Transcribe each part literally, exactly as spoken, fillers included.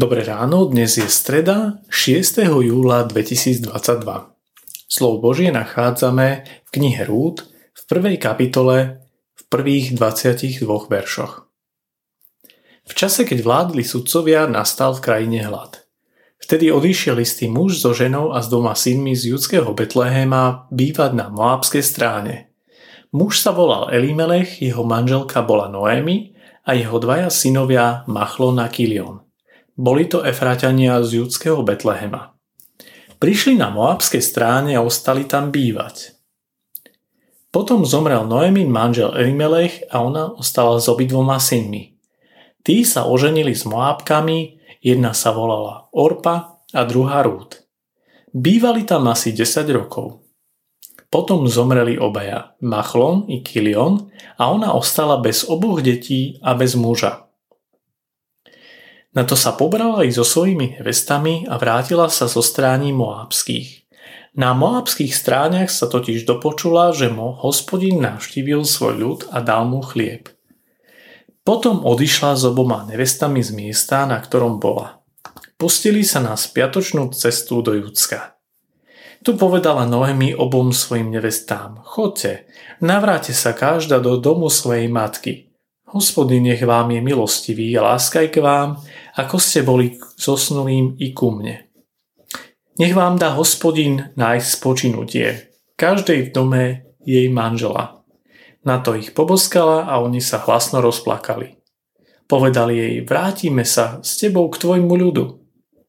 Dobré ráno, dnes je streda šiesteho júla dvetisícdvadsaťdva. Slovo Božie nachádzame v knihe Rút v prvej kapitole v prvých dvadsiatich dvoch veršoch. V čase, keď vládli sudcovia, nastal v krajine hlad. Vtedy odišiel istý muž so ženou a s dvoma synmi z judského Betlehema bývať na moábskej stráne. Muž sa volal Elimelech, jeho manželka bola Noémi a jeho dvaja synovia Machlon a Kilion. Boli to Efraťania z judského Betlehema. Prišli na moábskej stráne a ostali tam bývať. Potom zomrel Noémin manžel Elimelech a ona ostala s obidvoma synmi. Tí sa oženili s Moábkami, jedna sa volala Orpa a druhá Rút. Bývali tam asi desať rokov. Potom zomreli obaja, Machlon i Kilion, a ona ostala bez oboch detí a bez muža. Na to sa pobrala i so svojimi nevestami a vrátila sa zo strání moábskych. Na moábskych stráňach sa totiž dopočula, že mu Hospodin navštívil svoj ľud a dal mu chlieb. Potom odišla s oboma nevestami z miesta, na ktorom bola. Pustili sa na spiatočnú cestu do Judska. Tu povedala Noémi obom svojim nevestám: Chodte, navráte sa každá do domu svojej matky. Hospodin nech vám je milostivý a láskaj k vám, ako ste boli zosnulým i ku mne. Nech vám dá Hospodin nájsť spočinutie, každej v dome jej manžela. Na to ich poboskala a oni sa hlasno rozplakali. Povedali jej: vrátime sa s tebou k tvojmu ľudu.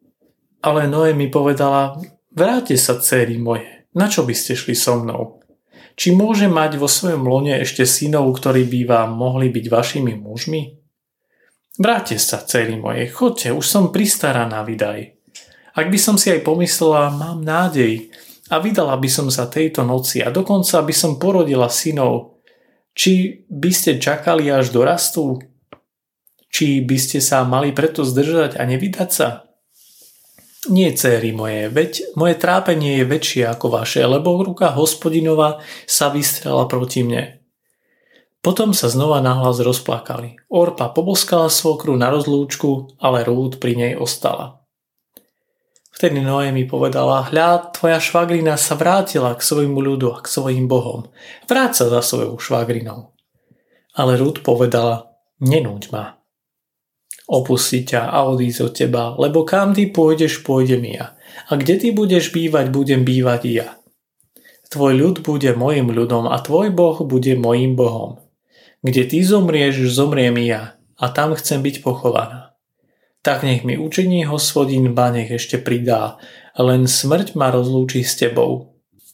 Ale Noémi povedala: vráťte sa, dcéry moje, na čo by ste šli so mnou? Či môže mať vo svojom lone ešte synov, ktorí by vám mohli byť vašimi mužmi? Vráťte sa, dcéry moje, chodte, už som pristaraná, vydaj. Ak by som si aj pomyslela, mám nádej a vydala by som sa tejto noci a dokonca by som porodila synov. Či by ste čakali až dorastú? Či by ste sa mali preto zdržať a nevydať sa? Nie, dcéry moje, veď moje trápenie je väčšie ako vaše, lebo ruka Hospodinova sa vystrela proti mne. Potom sa znova nahlas rozplakali. Orpa poboskala svokru na rozlúčku, ale Rút pri nej ostala. Vtedy Noémi povedala: hľa, tvoja švagrina sa vrátila k svojmu ľudu a k svojim bohom. Vráť sa za svojou švagrinou. Ale Rút povedala: nenúď ma opustiť ťa a odísť od teba, lebo kam ty pôjdeš, pôjdem ja. A kde ty budeš bývať, budem bývať i ja. Tvoj ľud bude mojim ľudom a tvoj boh bude mojim bohom. Kde ty zomrieš, zomriem i ja a tam chcem byť pochovaná. Tak nech mi učiní Hospodin, ba nech ešte pridá, len smrť ma rozlúči s tebou.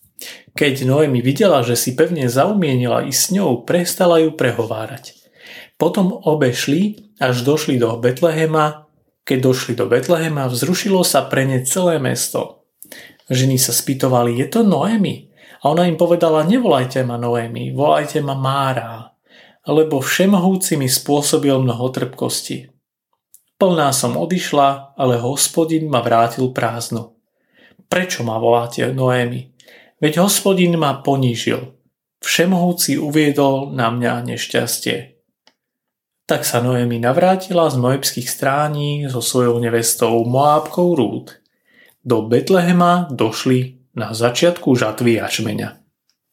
Keď Noémi videla, že si pevne zaumienila i s ňou, prestala ju prehovárať. Potom obe šli, až došli do Betlehema. Keď došli do Betlehema, vzrušilo sa pre ne celé mesto. Ženy sa spýtovali: je to Noémi? A ona im povedala: nevolajte ma Noémi, volajte ma Mára, lebo všemohúci mi spôsobil mnoho trpkosti. Plná som odišla, ale Hospodin ma vrátil prázdnu. Prečo ma voláte Noémi? Veď Hospodin ma ponížil. Všemohúci uviedol na mňa nešťastie. Tak sa Noémi navrátila z moabských strání so svojou nevestou Moábkou Rút. Do Betlehema došli na začiatku žatvy jačmeňa.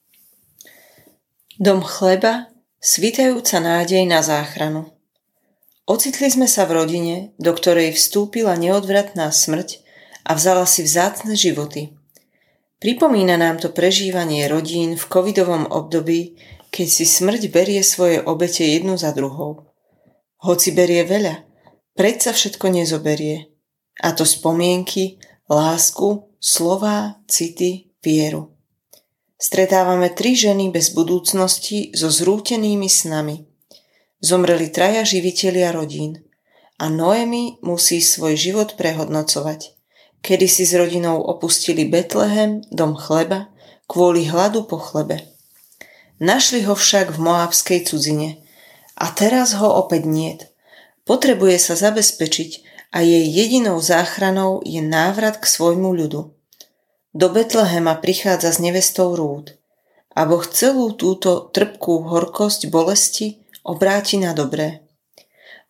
Dom chleba, svitajúca nádej na záchranu. Ocitli sme sa v rodine, do ktorej vstúpila neodvratná smrť a vzala si vzácne životy. Pripomína nám to prežívanie rodín v covidovom období, keď si smrť berie svoje obete jednu za druhou. Hoci berie veľa, predsa všetko nezoberie. A to spomienky, lásku, slová, city, vieru. Stretávame tri ženy bez budúcnosti so zrútenými snami. Zomreli traja živitelia rodín a Noémi musí svoj život prehodnocovať. Kedy si s rodinou opustili Betlehem, dom chleba, kvôli hladu po chlebe. Našli ho však v moábskej cudzine. A teraz ho opäť niet. Potrebuje sa zabezpečiť a jej jedinou záchranou je návrat k svojmu ľudu. Do Betlehema prichádza s nevestou Rút a Boh celú túto trpkú horkosť bolesti obráti na dobré.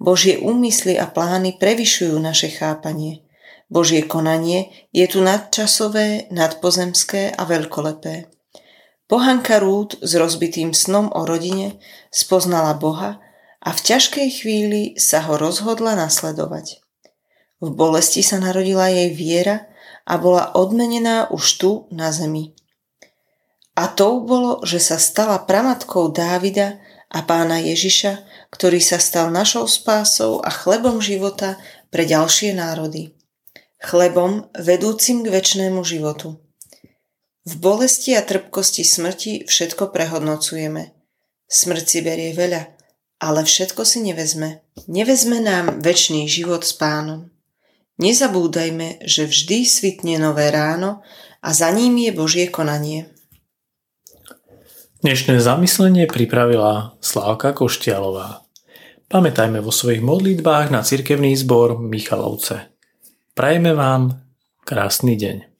Božie úmysly a plány prevyšujú naše chápanie. Božie konanie je tu nadčasové, nadpozemské a veľkolepé. Pohanka Rút s rozbitým snom o rodine spoznala Boha a v ťažkej chvíli sa ho rozhodla nasledovať. V bolesti sa narodila jej viera a bola odmenená už tu na zemi. A tou bolo, že sa stala pramatkou Dávida a Pána Ježiša, ktorý sa stal našou spásou a chlebom života pre ďalšie národy. Chlebom vedúcim k večnému životu. V bolesti a trpkosti smrti všetko prehodnocujeme. Smrť si berie veľa, ale všetko si nevezme. Nevezme nám večný život s Pánom. Nezabúdajme, že vždy svitne nové ráno a za ním je Božie konanie. Dnešné zamyslenie pripravila Slávka Koštialová. Pamätajme vo svojich modlitbách na cirkevný zbor Michalovce. Prajeme vám krásny deň.